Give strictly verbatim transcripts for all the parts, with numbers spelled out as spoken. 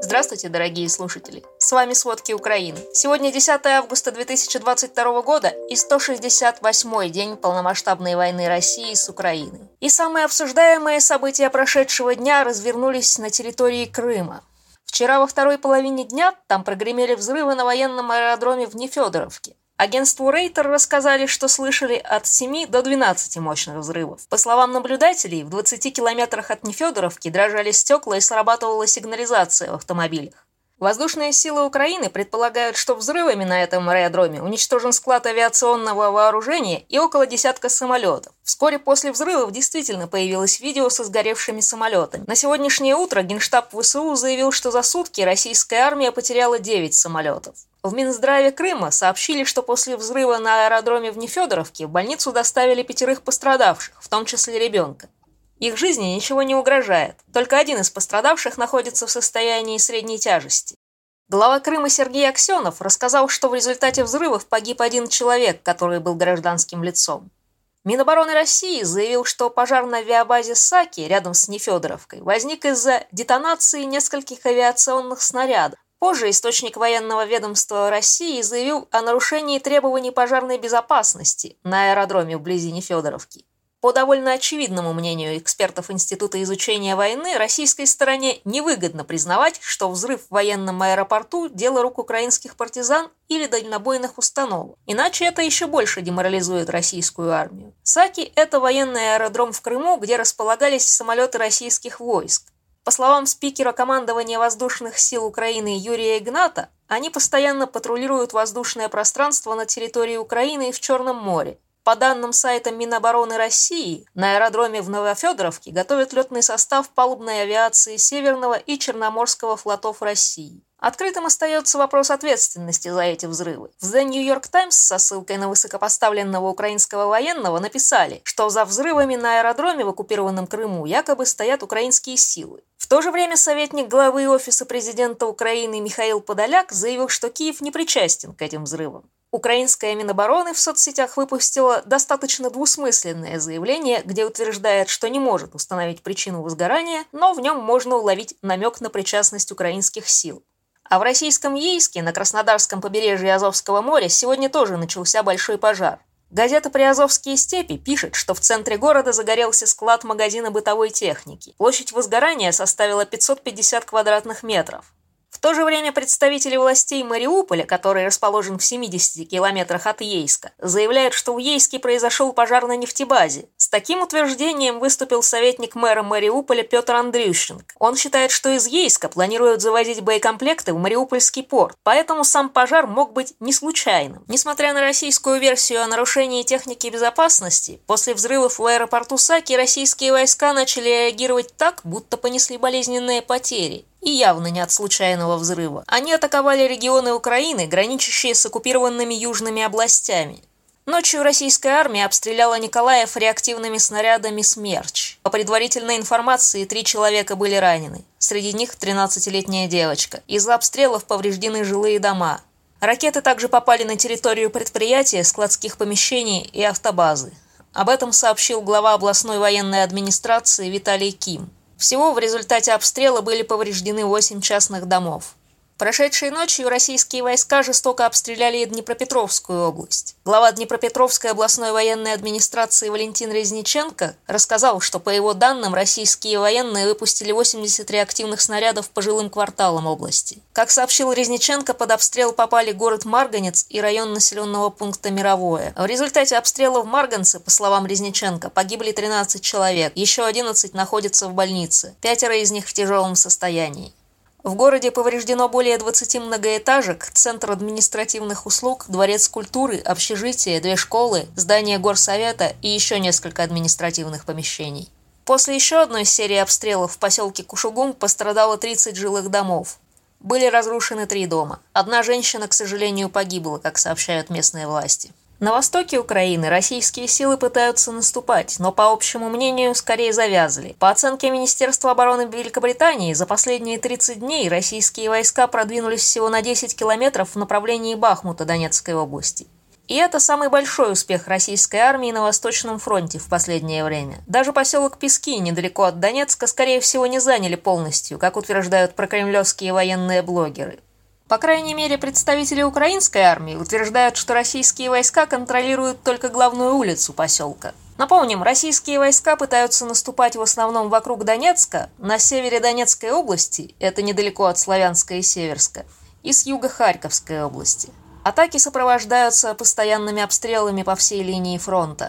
Здравствуйте, дорогие слушатели! С вами «Сводки Украины». Сегодня десятое августа две тысячи двадцать второго года и сто шестьдесят восьмой день полномасштабной войны России с Украиной. И самые обсуждаемые события прошедшего дня развернулись на территории Крыма. Вчера во второй половине дня там прогремели взрывы на военном аэродроме в Нефедоровке. Агентству Рейтер рассказали, что слышали от семи до двенадцати мощных взрывов. По словам наблюдателей, в двадцати километрах от Нефедоровки дрожали стекла и срабатывала сигнализация в автомобилях. Воздушные силы Украины предполагают, что взрывами на этом аэродроме уничтожен склад авиационного вооружения и около десятка самолетов. Вскоре после взрывов действительно появилось видео со сгоревшими самолетами. На сегодняшнее утро Генштаб ВСУ заявил, что за сутки российская армия потеряла девять самолетов. В Минздраве Крыма сообщили, что после взрыва на аэродроме в Нефедоровке в больницу доставили пятерых пострадавших, в том числе ребенка. Их жизни ничего не угрожает, только один из пострадавших находится в состоянии средней тяжести. Глава Крыма Сергей Аксенов рассказал, что в результате взрывов погиб один человек, который был гражданским лицом. Минобороны России заявил, что пожар на авиабазе Саки рядом с Нефедоровкой возник из-за детонации нескольких авиационных снарядов. Позже источник военного ведомства России заявил о нарушении требований пожарной безопасности на аэродроме вблизи Нефедоровки. По довольно очевидному мнению экспертов Института изучения войны, российской стороне невыгодно признавать, что взрыв в военном аэропорту – дело рук украинских партизан или дальнобойных установок. Иначе это еще больше деморализует российскую армию. Саки – это военный аэродром в Крыму, где располагались самолеты российских войск. По словам спикера командования воздушных сил Украины Юрия Игната, они постоянно патрулируют воздушное пространство на территории Украины и в Черном море. По данным сайта Минобороны России, на аэродроме в Новофедоровке готовят летный состав палубной авиации Северного и Черноморского флотов России. Открытым остается вопрос ответственности за эти взрывы. В The New York Times со ссылкой на высокопоставленного украинского военного написали, что за взрывами на аэродроме в оккупированном Крыму якобы стоят украинские силы. В то же время советник главы Офиса президента Украины Михаил Подоляк заявил, что Киев не причастен к этим взрывам. Украинская Минобороны в соцсетях выпустила достаточно двусмысленное заявление, где утверждает, что не может установить причину возгорания, но в нем можно уловить намек на причастность украинских сил. А в российском Ейске, на Краснодарском побережье Азовского моря, сегодня тоже начался большой пожар. Газета «Приазовские степи» пишет, что в центре города загорелся склад магазина бытовой техники. Площадь возгорания составила пятьсот пятьдесят квадратных метров. В то же время представители властей Мариуполя, который расположен в семидесяти километрах от Ейска, заявляют, что в Ейске произошел пожар на нефтебазе. С таким утверждением выступил советник мэра Мариуполя Петр Андрющенко. Он считает, что из Ейска планируют завозить боекомплекты в Мариупольский порт, поэтому сам пожар мог быть не случайным. Несмотря на российскую версию о нарушении техники безопасности, после взрывов в аэропорту Саки российские войска начали реагировать так, будто понесли болезненные потери. И явно не от случайного взрыва. Они атаковали регионы Украины, граничащие с оккупированными южными областями. Ночью российская армия обстреляла Николаев реактивными снарядами «Смерч». По предварительной информации, три человека были ранены. Среди них тринадцатилетняя девочка. Из-за обстрелов повреждены жилые дома. Ракеты также попали на территорию предприятия, складских помещений и автобазы. Об этом сообщил глава областной военной администрации Виталий Ким. Всего в результате обстрела были повреждены восемь частных домов. Прошедшей ночью российские войска жестоко обстреляли и Днепропетровскую область. Глава Днепропетровской областной военной администрации Валентин Резниченко рассказал, что, по его данным, российские военные выпустили восемьдесят реактивных снарядов по жилым кварталам области. Как сообщил Резниченко, под обстрел попали город Марганец и район населенного пункта Мировое. В результате обстрела в Марганце, по словам Резниченко, погибли тринадцать человек, еще одиннадцать находятся в больнице, пятеро из них в тяжелом состоянии. В городе повреждено более двадцати многоэтажек, центр административных услуг, дворец культуры, общежитие, две школы, здание горсовета и еще несколько административных помещений. После еще одной серии обстрелов в поселке Кушугум пострадало тридцать жилых домов. Были разрушены три дома. Одна женщина, к сожалению, погибла, как сообщают местные власти. На востоке Украины российские силы пытаются наступать, но, по общему мнению, скорее завязли. По оценке Министерства обороны Великобритании, за последние тридцать дней российские войска продвинулись всего на десять километров в направлении Бахмута Донецкой области. И это самый большой успех российской армии на Восточном фронте в последнее время. Даже поселок Пески, недалеко от Донецка, скорее всего, не заняли полностью, как утверждают прокремлевские военные блогеры. По крайней мере, представители украинской армии утверждают, что российские войска контролируют только главную улицу поселка. Напомним, российские войска пытаются наступать в основном вокруг Донецка, на севере Донецкой области, это недалеко от Славянска и Северска, и с юга Харьковской области. Атаки сопровождаются постоянными обстрелами по всей линии фронта.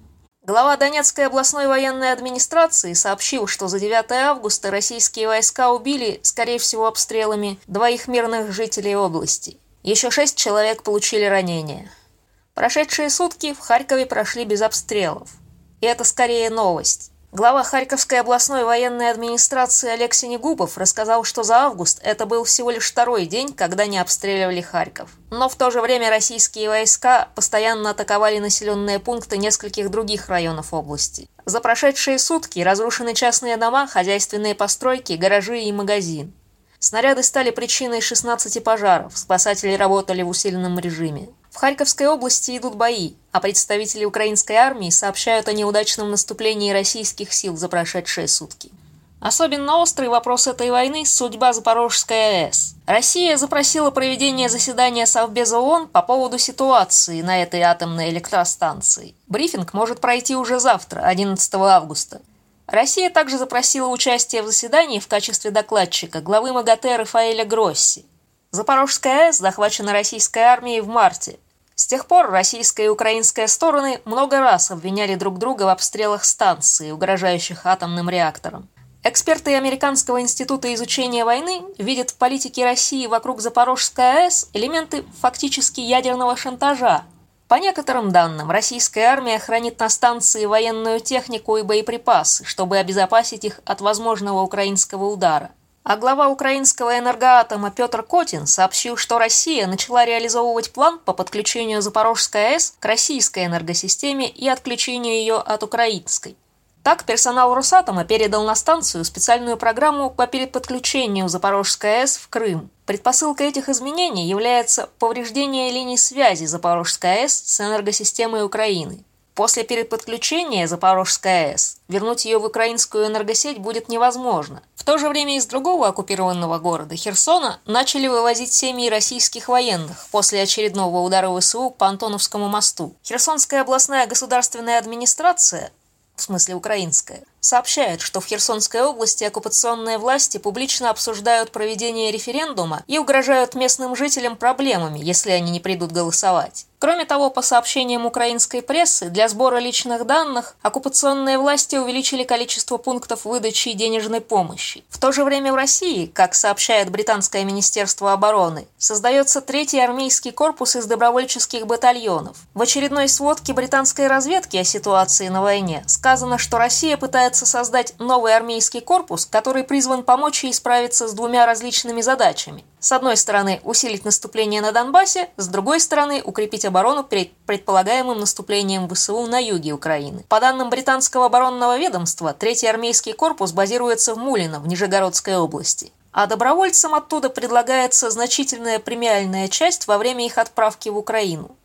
Глава Донецкой областной военной администрации сообщил, что за девятое августа российские войска убили, скорее всего обстрелами, двоих мирных жителей области. Еще шесть человек получили ранения. Прошедшие сутки в Харькове прошли без обстрелов. И это скорее новость. Глава Харьковской областной военной администрации Олег Синегубов рассказал, что за август это был всего лишь второй день, когда не обстреливали Харьков. Но в то же время российские войска постоянно атаковали населенные пункты нескольких других районов области. За прошедшие сутки разрушены частные дома, хозяйственные постройки, гаражи и магазин. Снаряды стали причиной шестнадцати пожаров, спасатели работали в усиленном режиме. В Харьковской области идут бои, а представители украинской армии сообщают о неудачном наступлении российских сил за прошедшие сутки. Особенно острый вопрос этой войны – судьба Запорожской АЭС. Россия запросила проведение заседания Совбеза ООН по поводу ситуации на этой атомной электростанции. Брифинг может пройти уже завтра, одиннадцатого августа. Россия также запросила участие в заседании в качестве докладчика главы МАГАТЭ Рафаэля Гросси. Запорожская АЭС захвачена российской армией в марте. С тех пор российская и украинская стороны много раз обвиняли друг друга в обстрелах станции, угрожающих атомным реакторам. Эксперты Американского института изучения войны видят в политике России вокруг Запорожской АЭС элементы фактически ядерного шантажа. По некоторым данным, российская армия хранит на станции военную технику и боеприпасы, чтобы обезопасить их от возможного украинского удара. А глава украинского энергоатома Петр Котин сообщил, что Россия начала реализовывать план по подключению Запорожской АЭС к российской энергосистеме и отключению ее от украинской. Так, персонал Росатома передал на станцию специальную программу по переподключению Запорожской АЭС в Крым. Предпосылкой этих изменений является повреждение линий связи Запорожской АЭС с энергосистемой Украины. После переподключения Запорожской АЭС вернуть ее в украинскую энергосеть будет невозможно. В то же время из другого оккупированного города, Херсона, начали вывозить семьи российских военных после очередного удара ВСУ по Антоновскому мосту. Херсонская областная государственная администрация, в смысле украинская, сообщает, что в Херсонской области оккупационные власти публично обсуждают проведение референдума и угрожают местным жителям проблемами, если они не придут голосовать. Кроме того, по сообщениям украинской прессы, для сбора личных данных оккупационные власти увеличили количество пунктов выдачи денежной помощи. В то же время в России, как сообщает британское министерство обороны, создается третий армейский корпус из добровольческих батальонов. В очередной сводке британской разведки о ситуации на войне сказано, что Россия пытается создать новый армейский корпус, который призван помочь ей справиться с двумя различными задачами. С одной стороны, усилить наступление на Донбассе, с другой стороны, укрепить оборону перед предполагаемым наступлением ВСУ на юге Украины. По данным британского оборонного ведомства, третий армейский корпус базируется в Мулино, в Нижегородской области. А добровольцам оттуда предлагается значительная премиальная часть во время их отправки в Украину.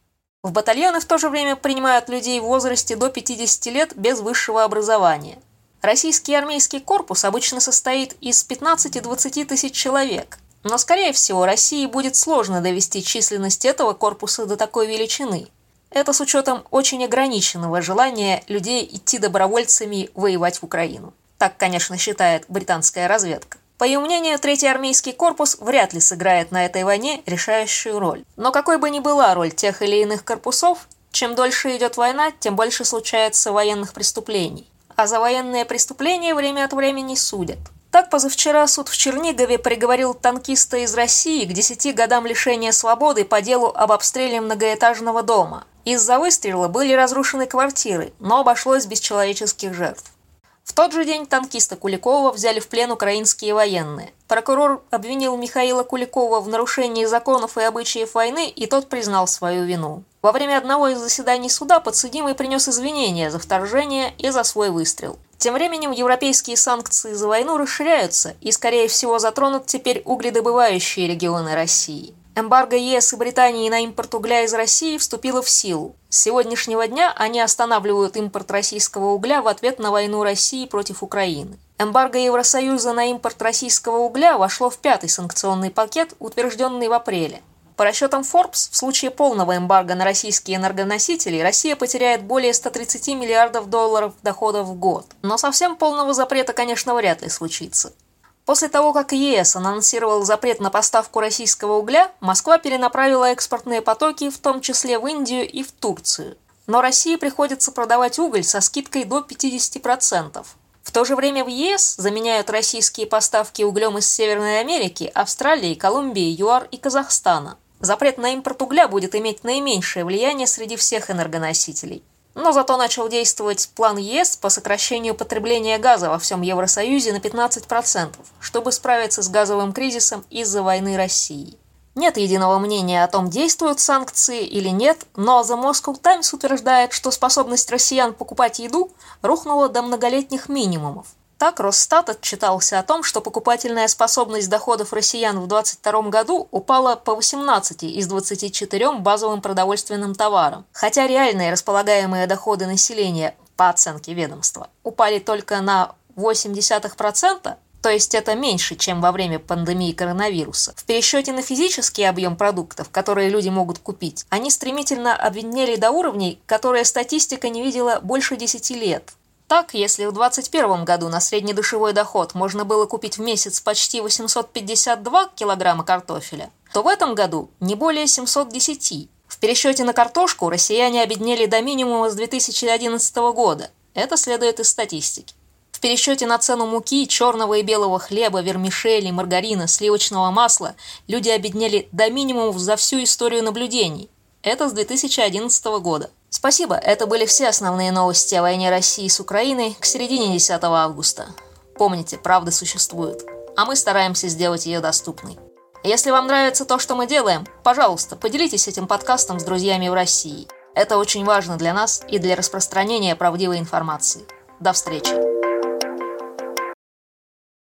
В батальоны в то же время принимают людей в возрасте до пятидесяти лет без высшего образования. Российский армейский корпус обычно состоит из пятнадцати-двадцати тысяч человек. Но, скорее всего, России будет сложно довести численность этого корпуса до такой величины. Это с учетом очень ограниченного желания людей идти добровольцами воевать в Украину. Так, конечно, считает британская разведка. По ее мнению, третий армейский корпус вряд ли сыграет на этой войне решающую роль. Но какой бы ни была роль тех или иных корпусов, чем дольше идет война, тем больше случается военных преступлений. А за военные преступления время от времени судят. Так, позавчера суд в Чернигове приговорил танкиста из России к десяти годам лишения свободы по делу об обстреле многоэтажного дома. Из-за выстрела были разрушены квартиры, но обошлось без человеческих жертв. В тот же день танкиста Куликова взяли в плен украинские военные. Прокурор обвинил Михаила Куликова в нарушении законов и обычаев войны, и тот признал свою вину. Во время одного из заседаний суда подсудимый принес извинения за вторжение и за свой выстрел. Тем временем европейские санкции за войну расширяются и, скорее всего, затронут теперь угледобывающие регионы России. Эмбарго ЕС и Британии на импорт угля из России вступило в силу. С сегодняшнего дня они останавливают импорт российского угля в ответ на войну России против Украины. Эмбарго Евросоюза на импорт российского угля вошло в пятый санкционный пакет, утвержденный в апреле. По расчетам Forbes, в случае полного эмбарго на российские энергоносители Россия потеряет более ста тридцати миллиардов долларов доходов в год. Но совсем полного запрета, конечно, вряд ли случится. После того, как ЕС анонсировал запрет на поставку российского угля, Москва перенаправила экспортные потоки, в том числе в Индию и в Турцию. Но России приходится продавать уголь со скидкой до пятидесяти процентов. В то же время в ЕС заменяют российские поставки углем из Северной Америки, Австралии, Колумбии, ЮАР и Казахстана. Запрет на импорт угля будет иметь наименьшее влияние среди всех энергоносителей. Но зато начал действовать план ЕС по сокращению потребления газа во всем Евросоюзе на пятнадцать процентов, чтобы справиться с газовым кризисом из-за войны России. Нет единого мнения о том, действуют санкции или нет, но The Moscow Times утверждает, что способность россиян покупать еду рухнула до многолетних минимумов. Так, Росстат отчитался о том, что покупательная способность доходов россиян в двадцать втором году упала по восемнадцати из двадцати четырём базовым продовольственным товарам, хотя реальные располагаемые доходы населения, по оценке ведомства, упали только на восемь десятых процента, то есть это меньше, чем во время пандемии коронавируса. В пересчете на физический объем продуктов, которые люди могут купить, они стремительно обеднели до уровней, которые статистика не видела больше десяти лет. Так, если в двадцать первом году на среднедушевой доход можно было купить в месяц почти восемьсот пятьдесят два килограмма картофеля, то в этом году не более семисот десяти. В пересчете на картошку россияне обеднели до минимума с две тысячи одиннадцатого года. Это следует из статистики. В пересчете на цену муки, черного и белого хлеба, вермишели, маргарина, сливочного масла люди обеднели до минимумов за всю историю наблюдений. Это с две тысячи одиннадцатого года. Спасибо, это были все основные новости о войне России с Украиной к середине десятого августа. Помните, правда существует, а мы стараемся сделать ее доступной. Если вам нравится то, что мы делаем, пожалуйста, поделитесь этим подкастом с друзьями в России. Это очень важно для нас и для распространения правдивой информации. До встречи!